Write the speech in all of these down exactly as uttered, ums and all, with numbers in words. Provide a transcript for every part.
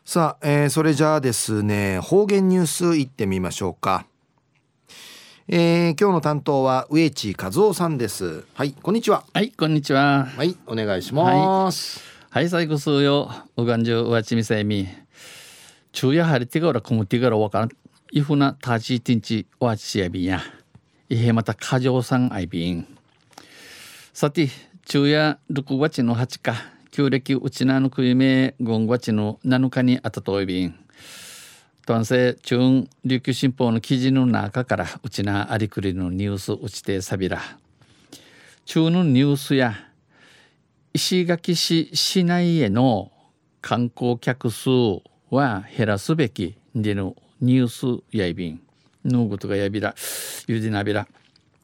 さあ、えー、それじゃあですね、方言ニュースいってみましょうか。えー、今日の担当は植地和夫さんです。はい、こんにちは。 はい、こんにちは。 はい、お願いしはい。 ます。 はい、最後数よ。うがんじゅうわちみせみ。昼夜晴れてからこむてからわからん。いふなたちてんちわちしやびんや。いへまた過剰さんあいびん。さて、昼夜ろくがつのはちか。旧暦うちなのくいめごんがつのなのかにあたといびん。男性中琉球新報の記事の中からうちなありくりのニュースうちてさびら。中のニュースや石垣市市内への観光客数は減らすべきでのニュースやいびんのことがやびらゆでなびら。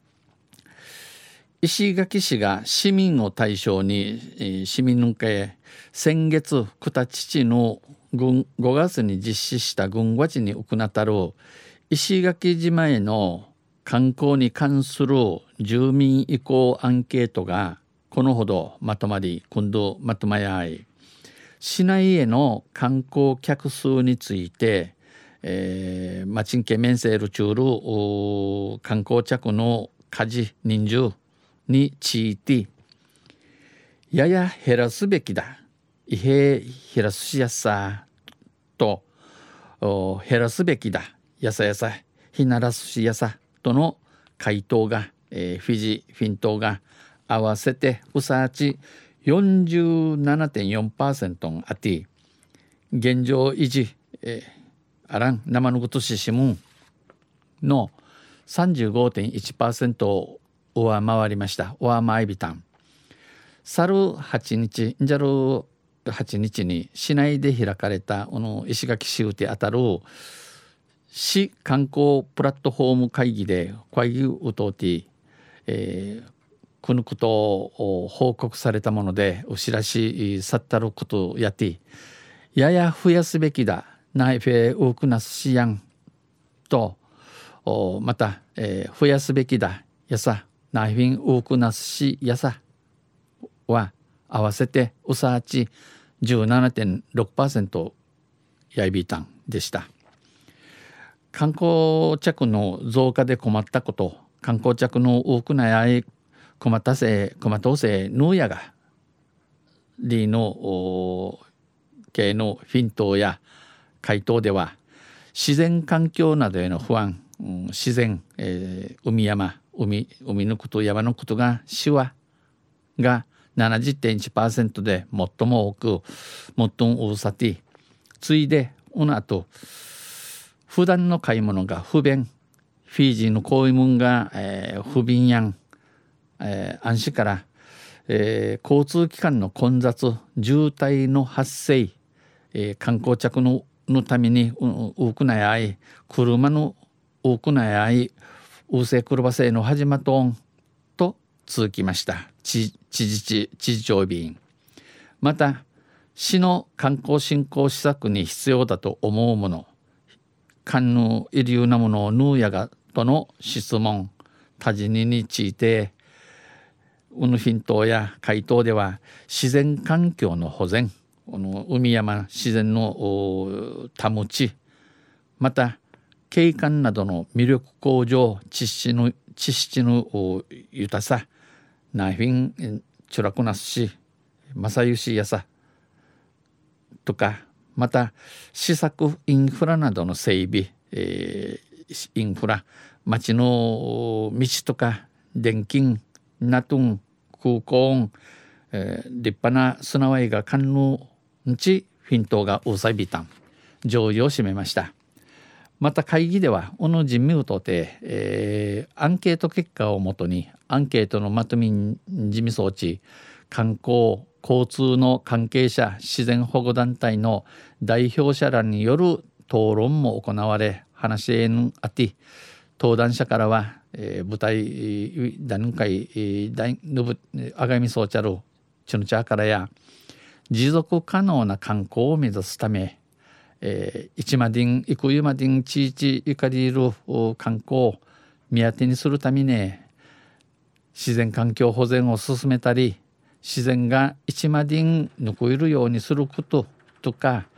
石垣市が市民を対象に市民の会先月くたちのごがつに実施した軍がちに行ったる石垣島への観光に関する住民意向アンケートがこのほどまとまり今度まとまやい市内への観光客数について、えー、マチンケメンセールチュール観光客の数人数についてやや減らすべきだいへ減らすしやさと減らすべきだやさやさひならすしやさとの回答が、えー、フィジフィン島が合わせてうさち よんじゅうななてんよんパーセント あって現状維持、えー、あらん生のことししむの さんじゅうごてんいちパーセント を上回りました。上回りたん去るはちにちんじゃるはちにちに市内で開かれたこの石垣市うてあたる市観光プラットフォーム会議で会議をとって、えー、このことを報告されたものでお知らしさったることをやってやや増やすべきだナイフェ多くなすしやんとまた、えー、増やすべきだやさナイフィン多くなすしやさは合わせてうさーち じゅうななてんろくパーセント やいびいたんでした。観光客の増加で困ったこと観光客の多くなやい困ったせ困ったせぬやがリーの系のフィン島や海島では自然環境などへの不安、うん、自然、えー、海山海海のこと山のことがシワが ななじゅってんいちパーセント で最も多く最も多さて次いでこの後普段の買い物が不便フィージーのこういうもんが、えー、不便やん、えー、安心から、えー、交通機関の混雑渋滞の発生、えー、観光客ののために多くないあい車の多くないあいううせ車せの始まとんと続きました。知事知事長便また市の観光振興施策に必要だと思うもの官のいるようなものをヌーヤがとの質問多辞にについてウヌフィン島や海島では自然環境の保全この海山自然の保ちまた景観などの魅力向上知識の知識の豊さナイフィンチュラクナスし正義やさとかまた施策インフラなどの整備、えー、インフラ街の道とか電金ナトン空港、えー、立派な砂わいが観能んちフィン島が大さびたん上位を占めました。また会議ではこの人民をとって、えー、アンケート結果をもとにアンケートのまとめ事務装置観光交通の関係者自然保護団体の代表者らによる討論も行われ話し合いのあって登壇者からは、えー、舞台段階大のあがみそうちゃるチュヌチャーからや持続可能な観光を目指すためえー、一マディンイクユマディンチーチイカリール観光を目当てにするために自然環境保全を進めたり自然が一マディン抜こえるようにすることとか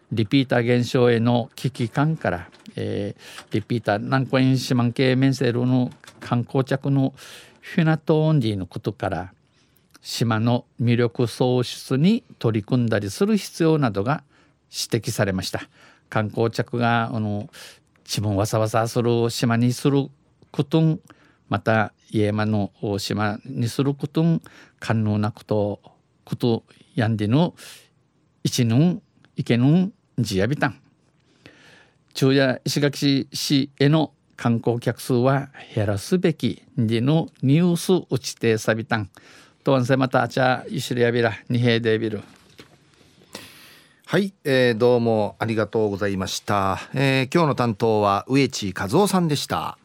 リピーター減少への危機感から、えー、リピーター南コインシマン系メンセルの観光客のフィナトーンディのことから島の魅力創出に取り組んだりする必要などが指摘されました。観光客があの自分わさわさする島にすることん、また家間の島にすることん可能なことことやんでの一nunいけぬんじやびたん昼夜石垣市への観光客数は減らすべきでのニュース打ちてさびたんとわんせまたあちゃいしりやびらにへいでびる。 はい、えー、どうもありがとうございました。えー、今日の担当は植地和夫さんでした。